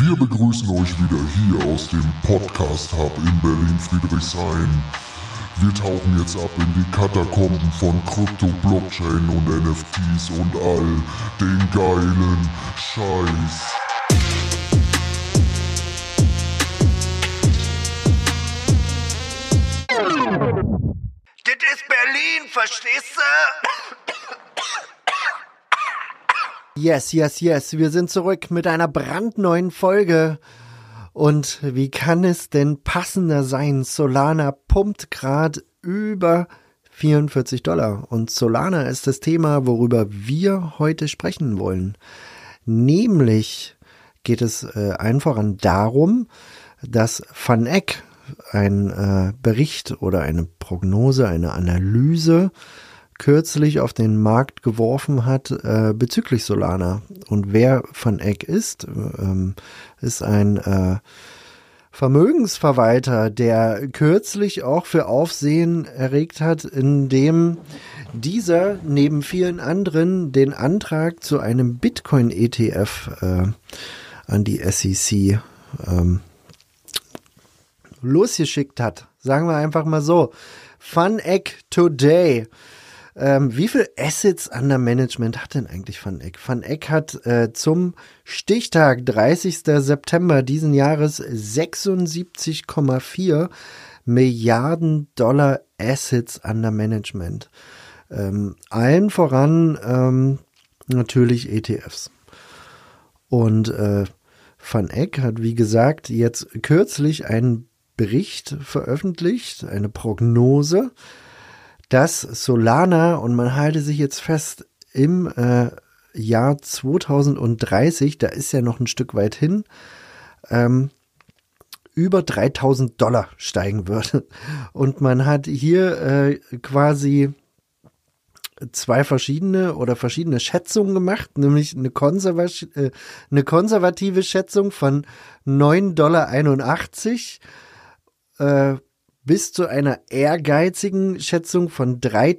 Wir begrüßen euch wieder hier aus dem Podcast Hub in Berlin-Friedrichshain. Wir tauchen jetzt ab in die Katakomben von Krypto, Blockchain und NFTs und all den geilen Scheiß. Das ist Berlin, verstehst du? Yes. Wir sind zurück mit einer brandneuen Folge. Und wie kann es denn passender sein? Solana pumpt gerade über $44. Und Solana ist das Thema, worüber wir heute sprechen wollen. Nämlich geht es allen voran darum, dass Van Eck ein Bericht oder eine Prognose, eine Analyse kürzlich auf den Markt geworfen hat bezüglich Solana. Und wer Van Eck ist ein Vermögensverwalter, der kürzlich auch für Aufsehen erregt hat, indem dieser neben vielen anderen den Antrag zu einem Bitcoin-ETF an die SEC losgeschickt hat. Sagen wir einfach mal so. Van Eck today. Wie viel Assets under Management hat denn eigentlich Van Eck? Van Eck hat zum Stichtag 30. September diesen Jahres 76,4 Milliarden Dollar Assets under Management. Allen voran natürlich ETFs. Und Van Eck hat, wie gesagt, jetzt kürzlich einen Bericht veröffentlicht, eine Prognose, dass Solana, und man halte sich jetzt fest, im Jahr 2030, da ist ja noch ein Stück weit hin, über $3.000 steigen würde. Und man hat hier quasi zwei verschiedene Schätzungen gemacht, nämlich eine konservative Schätzung von $9,81 bis zu einer ehrgeizigen Schätzung von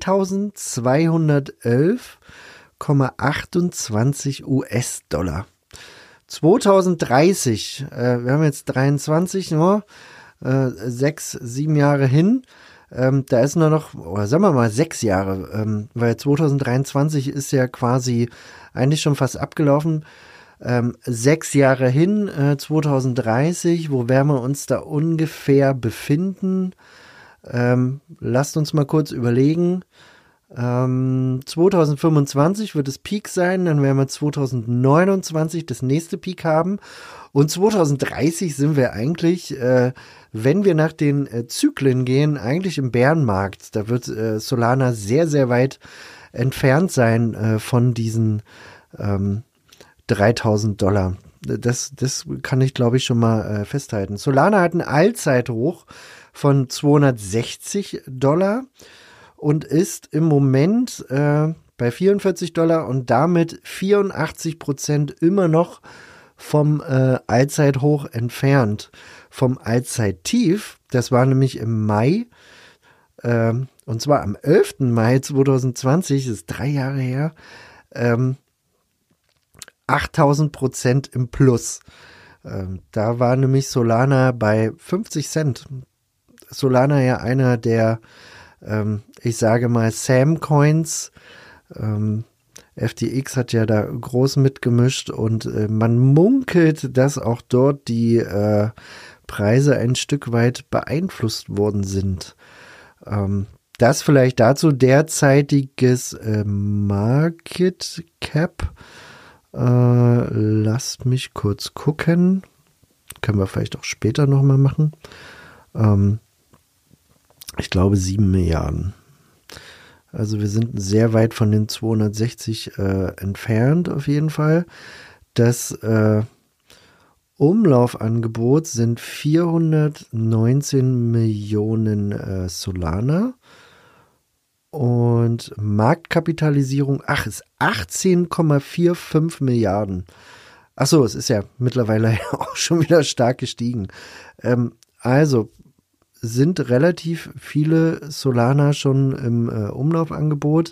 $3.211,28 2030, wir haben jetzt 23, 7 Jahre hin, da ist nur noch, oder sagen wir mal 6 Jahre, weil 2023 ist ja quasi eigentlich schon fast abgelaufen. 6 Jahre hin, 2030, wo werden wir uns da ungefähr befinden? Lasst uns mal kurz überlegen. 2025 wird es Peak sein, dann werden wir 2029 das nächste Peak haben und 2030 sind wir eigentlich, wenn wir nach den Zyklen gehen, eigentlich im Bärenmarkt. Da wird Solana sehr, sehr weit entfernt sein von diesen $3.000. Das kann ich, glaube ich, schon mal festhalten. Solana hat ein Allzeithoch von $260 und ist im Moment bei $44 und damit 84% immer noch vom Allzeithoch entfernt. Vom Allzeittief, das war nämlich im Mai, und zwar am 11. Mai 2020, das ist 3 Jahre her, 8.000% im Plus. Da war nämlich Solana bei 50 Cent. Solana ja einer der, ich sage mal, Sam-Coins. FTX hat ja da groß mitgemischt und man munkelt, dass auch dort die Preise ein Stück weit beeinflusst worden sind. Das vielleicht dazu derzeitiges Market Cap. Lasst mich kurz gucken. Können wir vielleicht auch später nochmal machen. Ich glaube 7 Milliarden. Also wir sind sehr weit von den 260 entfernt auf jeden Fall. Das Umlaufangebot sind 419 Millionen Solana. Und Marktkapitalisierung, ist 18,45 Milliarden. Achso, es ist ja mittlerweile auch schon wieder stark gestiegen. Also sind relativ viele Solana schon im Umlaufangebot.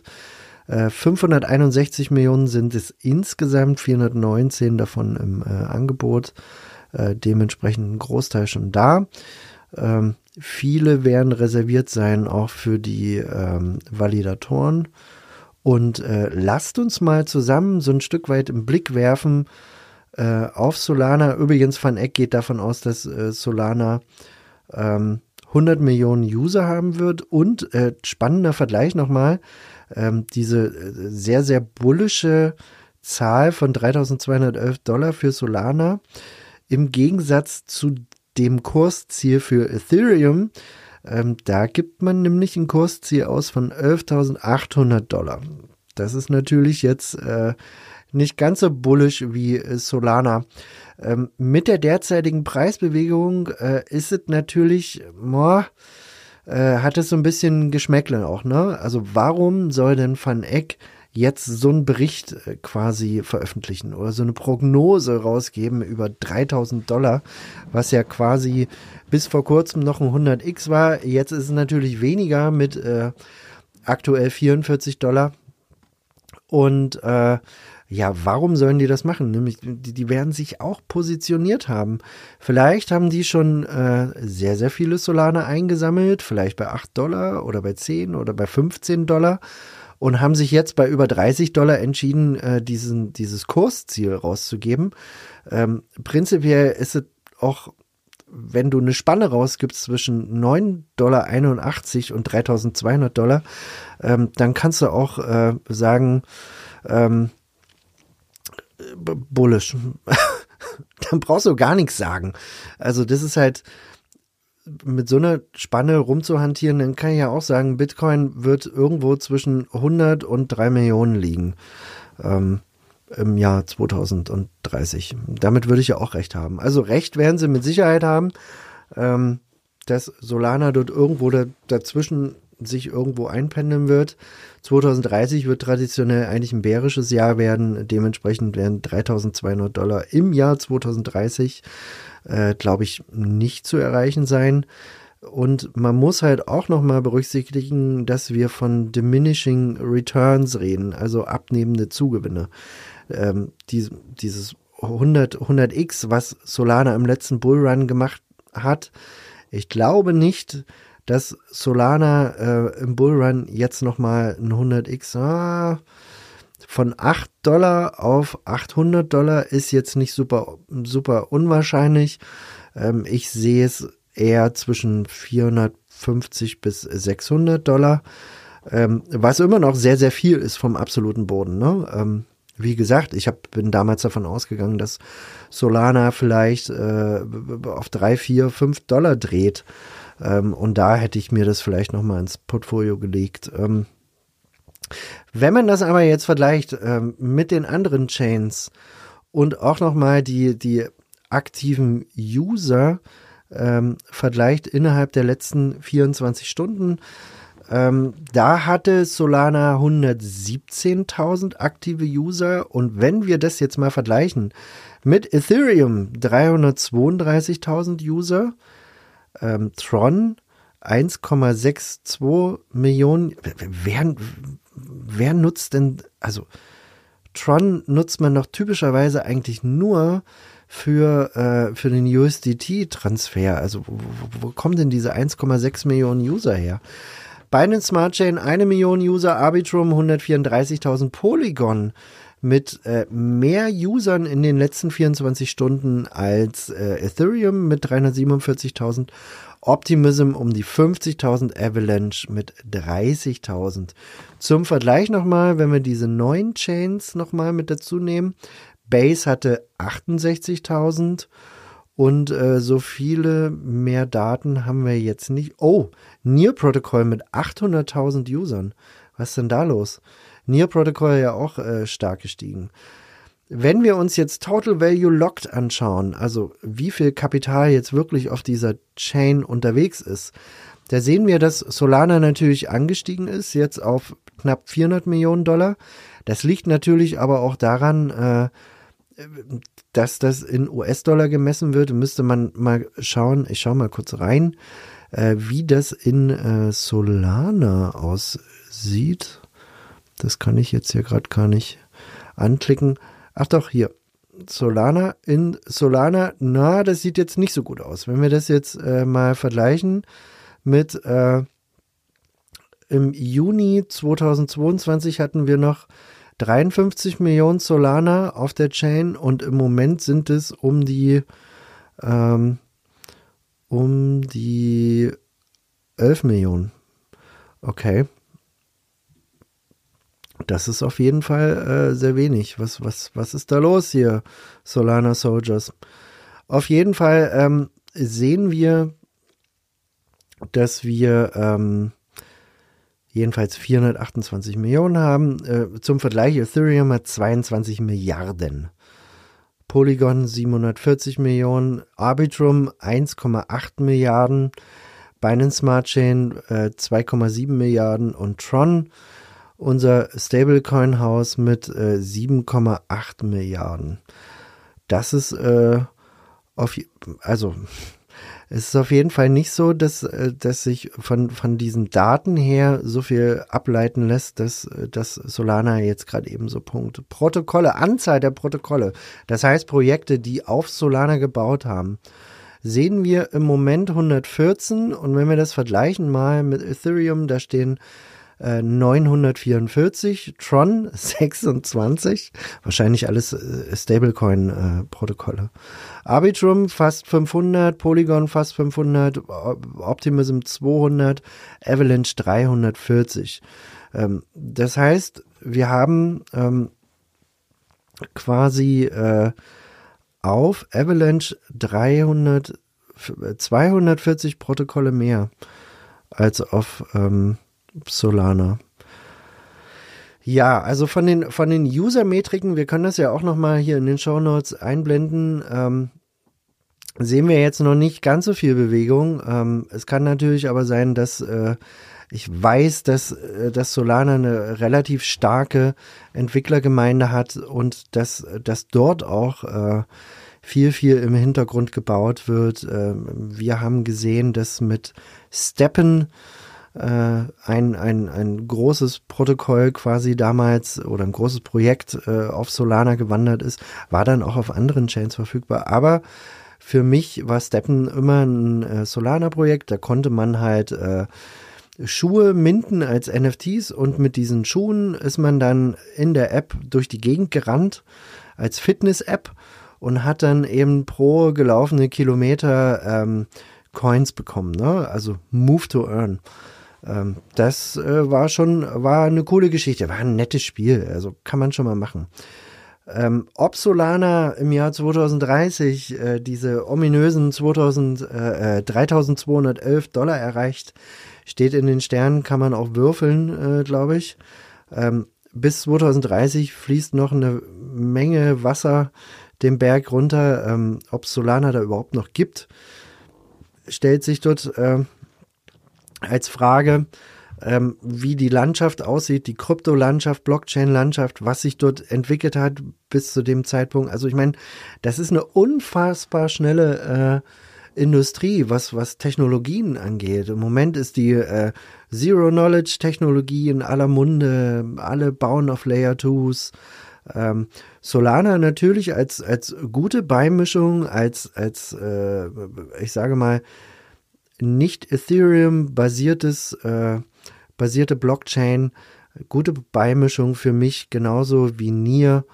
561 Millionen sind es insgesamt, 419 davon im Angebot. dementsprechend ein Großteil schon da. Viele werden reserviert sein, auch für die Validatoren. Und lasst uns mal zusammen so ein Stück weit im Blick werfen auf Solana. Übrigens, Van Eck geht davon aus, dass Solana 100 Millionen User haben wird. Und spannender Vergleich nochmal, diese sehr, sehr bullische Zahl von $3.211 für Solana im Gegensatz zu dem Kursziel für Ethereum. Da gibt man nämlich ein Kursziel aus von $11.800. Das ist natürlich jetzt nicht ganz so bullish wie Solana. Mit der derzeitigen Preisbewegung ist es natürlich, hat es so ein bisschen Geschmäckle auch, ne? Also warum soll denn Van Eck jetzt so einen Bericht quasi veröffentlichen oder so eine Prognose rausgeben über $3.000, was ja quasi bis vor kurzem noch ein 100x war. Jetzt ist es natürlich weniger mit aktuell $44. Und warum sollen die das machen? Nämlich, die werden sich auch positioniert haben. Vielleicht haben die schon sehr, sehr viele Solana eingesammelt, vielleicht bei $8 oder bei 10 oder bei $15 und haben sich jetzt bei über $30 entschieden, dieses Kursziel rauszugeben. Prinzipiell ist es auch, wenn du eine Spanne rausgibst zwischen $9,81 und $3.200, dann kannst du auch sagen, bullish. Dann brauchst du gar nichts sagen. Also das ist halt, mit so einer Spanne rumzuhantieren, dann kann ich ja auch sagen, Bitcoin wird irgendwo zwischen 100 und 3 Millionen liegen im Jahr 2030. Damit würde ich ja auch recht haben. Also recht werden sie mit Sicherheit haben, dass Solana dort irgendwo dazwischen sich irgendwo einpendeln wird. 2030 wird traditionell eigentlich ein bärisches Jahr werden. Dementsprechend werden $3.200 im Jahr 2030 glaube ich, nicht zu erreichen sein. Und man muss halt auch nochmal berücksichtigen, dass wir von diminishing returns reden, also abnehmende Zugewinne. Dieses 100x, was Solana im letzten Bullrun gemacht hat, ich glaube nicht, dass Solana im Bullrun jetzt nochmal ein 100x von $8 auf $800 ist jetzt nicht super, super unwahrscheinlich. Ich sehe es eher zwischen $450 bis $600, was immer noch sehr, sehr viel ist vom absoluten Boden, ne? Wie gesagt, bin damals davon ausgegangen, dass Solana vielleicht auf $3, $4, $5 dreht. Und da hätte ich mir das vielleicht nochmal ins Portfolio gelegt. Wenn man das aber jetzt vergleicht mit den anderen Chains und auch nochmal die aktiven User vergleicht innerhalb der letzten 24 Stunden, da hatte Solana 117.000 aktive User und wenn wir das jetzt mal vergleichen mit Ethereum 332.000 User, Tron 1,62 Millionen, wer nutzt denn, also Tron nutzt man doch typischerweise eigentlich nur für den USDT-Transfer. Also wo kommen denn diese 1,6 Millionen User her? Binance Smart Chain 1 Million User, Arbitrum 134.000, Polygon mit mehr Usern in den letzten 24 Stunden als Ethereum mit 347.000, Optimism um die 50.000, Avalanche mit 30.000. Zum Vergleich nochmal, wenn wir diese neuen Chains nochmal mit dazu nehmen, Base hatte 68.000 und so viele mehr Daten haben wir jetzt nicht. Oh, Near Protocol mit 800.000 Usern. Was ist denn da los? Near Protocol ja auch stark gestiegen. Wenn wir uns jetzt Total Value Locked anschauen, also wie viel Kapital jetzt wirklich auf dieser Chain unterwegs ist, da sehen wir, dass Solana natürlich angestiegen ist, jetzt auf knapp $400 Millionen. Das liegt natürlich aber auch daran, dass das in US-Dollar gemessen wird. Müsste man mal schauen, ich schaue mal kurz rein, wie das in Solana aussieht. Das kann ich jetzt hier gerade gar nicht anklicken. Ach doch, hier. Solana, das sieht jetzt nicht so gut aus. Wenn wir das jetzt mal vergleichen mit im Juni 2022 hatten wir noch 53 Millionen Solana auf der Chain und im Moment sind es um die 11 Millionen. Okay. Das ist auf jeden Fall sehr wenig. Was ist da los hier, Solana Soldiers? Auf jeden Fall sehen wir, dass wir jedenfalls 428 Millionen haben. Zum Vergleich, Ethereum hat 22 Milliarden. Polygon 740 Millionen, Arbitrum 1,8 Milliarden, Binance Smart Chain 2,7 Milliarden und Tron, unser Stablecoin-Haus mit 7,8 Milliarden. Das ist es ist auf jeden Fall nicht so, dass sich von diesen Daten her so viel ableiten lässt, dass Solana jetzt gerade eben so punktet. Protokolle, Anzahl der Protokolle, das heißt Projekte, die auf Solana gebaut haben, sehen wir im Moment 114 und wenn wir das vergleichen mal mit Ethereum, da stehen 944, Tron 26, wahrscheinlich alles Stablecoin-Protokolle. Arbitrum fast 500, Polygon fast 500, Optimism 200, Avalanche 340. Das heißt, wir haben quasi auf Avalanche 240 Protokolle mehr als auf Solana. Ja, also von den User-Metriken, wir können das ja auch nochmal hier in den Shownotes einblenden, sehen wir jetzt noch nicht ganz so viel Bewegung. Es kann natürlich aber sein, dass ich weiß, dass Solana eine relativ starke Entwicklergemeinde hat und dass dort auch viel im Hintergrund gebaut wird. Wir haben gesehen, dass mit Steppen ein großes Protokoll quasi damals oder ein großes Projekt auf Solana gewandert ist, war dann auch auf anderen Chains verfügbar. Aber für mich war Steppen immer ein Solana-Projekt. Da konnte man halt Schuhe minten als NFTs und mit diesen Schuhen ist man dann in der App durch die Gegend gerannt als Fitness-App und hat dann eben pro gelaufene Kilometer Coins bekommen, ne? Also Move to Earn. Das war eine coole Geschichte, war ein nettes Spiel, also kann man schon mal machen. Ob Solana im Jahr 2030 diese ominösen $3.211 erreicht, steht in den Sternen, kann man auch würfeln, glaube ich. Bis 2030 fließt noch eine Menge Wasser den Berg runter. Ob Solana da überhaupt noch gibt, stellt sich dort als Frage, wie die Landschaft aussieht, die Kryptolandschaft, Blockchain-Landschaft, was sich dort entwickelt hat bis zu dem Zeitpunkt. Also ich meine, das ist eine unfassbar schnelle Industrie, was Technologien angeht. Im Moment ist die Zero-Knowledge-Technologie in aller Munde, alle bauen auf Layer 2s. Solana natürlich als gute Beimischung, als ich sage mal, nicht Ethereum-basierte Blockchain, gute Beimischung für mich, genauso wie Nier.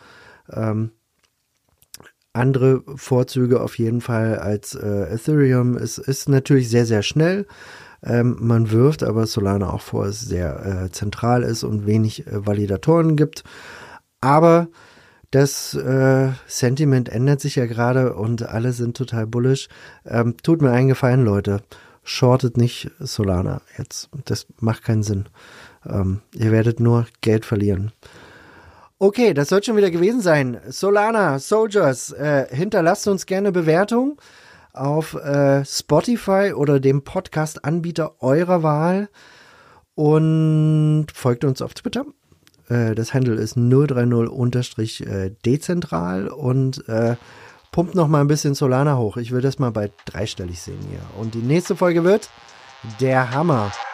Andere Vorzüge auf jeden Fall als Ethereum. Es ist natürlich sehr, sehr schnell. Man wirft aber Solana auch vor, dass es sehr zentral ist und wenig Validatoren gibt. Aber das Sentiment ändert sich ja gerade und alle sind total bullish. Tut mir einen Gefallen, Leute. Shortet nicht Solana jetzt. Das macht keinen Sinn. Ihr werdet nur Geld verlieren. Okay, das soll schon wieder gewesen sein. Solana, Soldiers, hinterlasst uns gerne Bewertung auf Spotify oder dem Podcast-Anbieter eurer Wahl und folgt uns auf Twitter. Das Handle ist 030-dezentral und pumpt noch mal ein bisschen Solana hoch. Ich will das mal bei dreistellig sehen hier. Und die nächste Folge wird der Hammer.